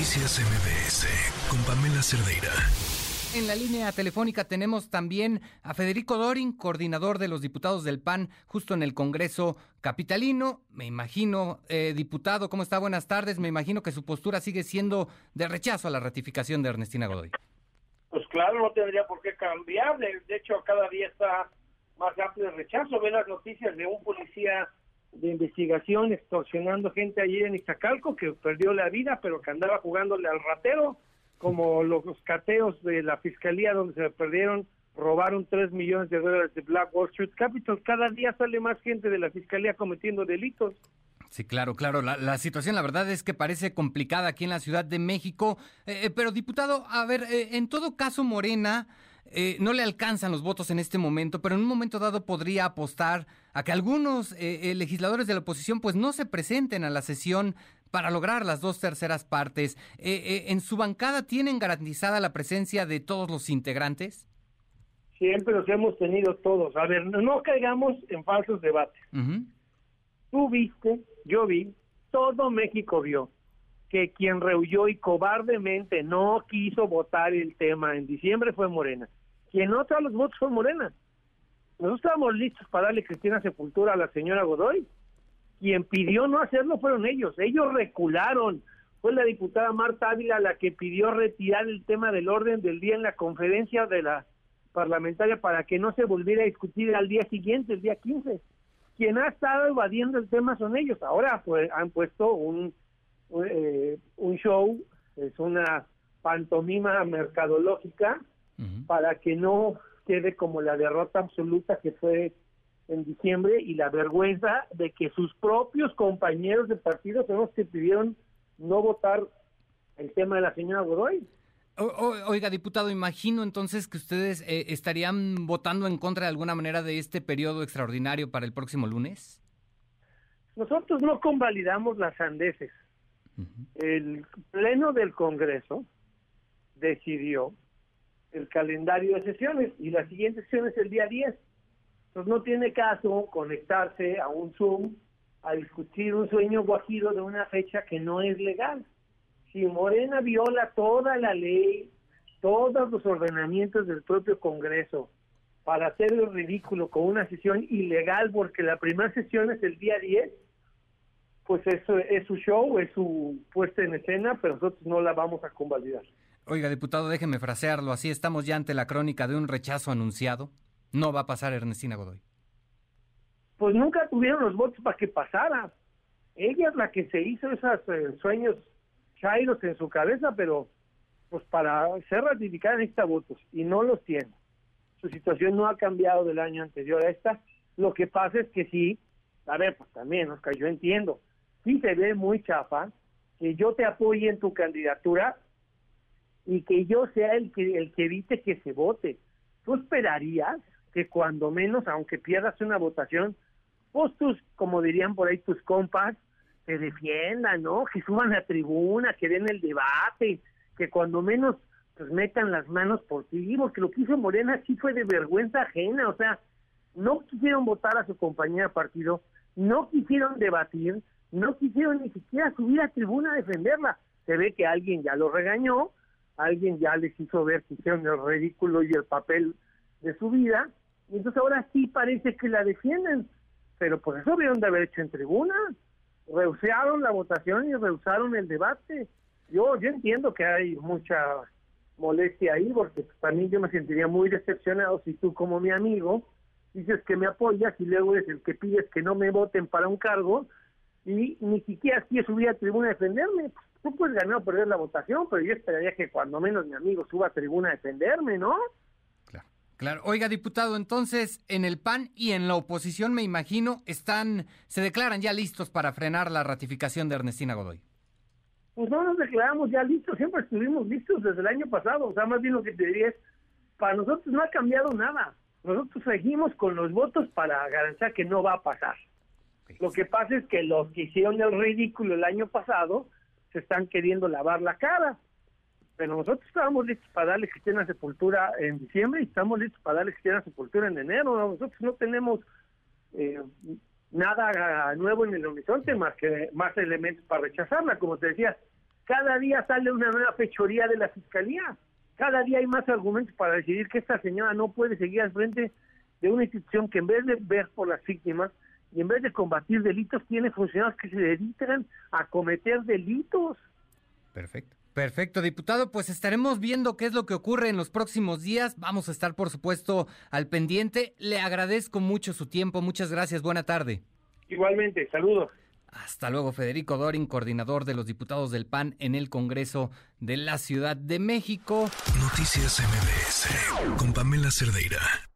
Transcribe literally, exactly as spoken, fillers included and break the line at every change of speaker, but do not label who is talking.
Noticias M B S con Pamela Cerdeira.
En la línea telefónica tenemos también a Federico Dorin, coordinador de los diputados del P A N, justo en el Congreso capitalino. Me imagino, eh, diputado, ¿cómo está? Buenas tardes. Me imagino que su postura sigue siendo de rechazo a la ratificación de Ernestina Godoy.
Pues claro, no tendría por qué cambiar. De, de hecho, cada día está más amplio el rechazo. Ven las noticias de un policía de investigación extorsionando gente allí en Iztacalco que perdió la vida, pero que andaba jugándole al ratero, como los cateos de la fiscalía donde se perdieron, robaron tres millones de dólares de Black Wall Street Capital. Cada día sale más gente de la fiscalía cometiendo delitos.
Sí, claro, claro. La, la situación, la verdad, es que parece complicada aquí en la Ciudad de México. Eh, pero, diputado, a ver, eh, en todo caso, Morena eh, no le alcanzan los votos en este momento, pero en un momento dado podría apostar a que algunos eh, eh, legisladores de la oposición pues no se presenten a la sesión para lograr las dos terceras partes. Eh, eh, ¿En su bancada tienen garantizada la presencia de todos los integrantes?
Siempre los hemos tenido todos. A ver, no caigamos en falsos debates. Uh-huh. Tú viste, yo vi, todo México vio que quien rehuyó y cobardemente no quiso votar el tema en diciembre fue Morena. Quien no trajo los votos fue Morena. Nosotros estábamos listos para darle Cristina Sepultura a la señora Godoy. Quien pidió no hacerlo fueron ellos. Ellos recularon. Fue la diputada Marta Ávila la que pidió retirar el tema del orden del día en la conferencia de la parlamentaria para que no se volviera a discutir al día siguiente, el día quince. Quien ha estado evadiendo el tema son ellos. Ahora pues han puesto un eh, un show, es una pantomima mercadológica uh-huh. para que no quede como la derrota absoluta que fue en diciembre y la vergüenza de que sus propios compañeros de partido son los que pidieron no votar el tema de la señora Godoy.
O, o, oiga, diputado, imagino entonces que ustedes eh, estarían votando en contra de alguna manera de este periodo extraordinario para el próximo lunes.
Nosotros no convalidamos las sandeces. Uh-huh. El Pleno del Congreso decidió el calendario de sesiones y la siguiente sesión es el día diez. Entonces no tiene caso conectarse a un Zoom a discutir un sueño guajiro de una fecha que no es legal. Si Morena viola toda la ley, todos los ordenamientos del propio Congreso para hacer el ridículo con una sesión ilegal porque la primera sesión es el día diez, pues eso es su show, es su puesta en escena, pero nosotros no la vamos a convalidar.
Oiga, diputado, déjeme frasearlo así, estamos ya ante la crónica de un rechazo anunciado. No va a pasar Ernestina Godoy.
Pues nunca tuvieron los votos para que pasara. Ella es la que se hizo esos eh, sueños chairos en su cabeza, pero pues para ser ratificada necesita votos y no los tiene. Su situación no ha cambiado del año anterior a esta. Lo que pasa es que sí, a ver, pues también, Oscar, yo entiendo, sí se ve muy chafa que yo te apoye en tu candidatura y que yo sea el que el que evite que se vote. ¿Tú esperarías que cuando menos, aunque pierdas una votación, pues tus, como dirían por ahí tus compas, te defiendan, ¿no? Que suban a tribuna, que den el debate, que cuando menos pues metan las manos por ti, porque lo que hizo Morena sí fue de vergüenza ajena, o sea, no quisieron votar a su compañera de partido, no quisieron debatir, no quisieron ni siquiera subir a tribuna a defenderla. Se ve que alguien ya lo regañó, alguien ya les hizo ver que hicieron el ridículo y el papel de su vida, y entonces ahora sí parece que la defienden, pero por eso vieron de haber hecho en tribuna, rehusaron la votación y rehusaron el debate. Yo yo entiendo que hay mucha molestia ahí, porque también yo me sentiría muy decepcionado si tú como mi amigo dices que me apoyas y luego eres el que pides que no me voten para un cargo y ni siquiera quieres subir a tribuna a defenderme. Tú puedes ganar o perder la votación, pero yo esperaría que cuando menos mi amigo suba a tribuna a defenderme, ¿no?
Claro, claro. Oiga, diputado, entonces en el P A N y en la oposición, me imagino, están, se declaran ya listos para frenar la ratificación de Ernestina Godoy.
Pues no nos declaramos ya listos, siempre estuvimos listos desde el año pasado, o sea, más bien lo que te diría es, para nosotros no ha cambiado nada, nosotros seguimos con los votos para garantizar que no va a pasar. Okay. Lo que pasa es que los que hicieron el ridículo el año pasado se están queriendo lavar la cara, pero nosotros estábamos listos para darle Cristina Sepultura en diciembre y estamos listos para darle Cristina Sepultura en enero. Nosotros no tenemos eh, nada nuevo en el horizonte más que más elementos para rechazarla. Como te decía, Cada día sale una nueva fechoría de la Fiscalía. Cada día hay más argumentos para decidir que esta señora no puede seguir al frente de una institución que en vez de ver por las víctimas y en vez de combatir delitos, tiene funcionarios que se dedican a cometer delitos.
Perfecto. Perfecto, diputado, pues estaremos viendo qué es lo que ocurre en los próximos días. Vamos a estar, por supuesto, al pendiente. Le agradezco mucho su tiempo. Muchas gracias. Buena tarde.
Igualmente, saludos.
Hasta luego, Federico Dorin, coordinador de los diputados del P A N en el Congreso de la Ciudad de México.
Noticias M B S con Pamela Cerdeira.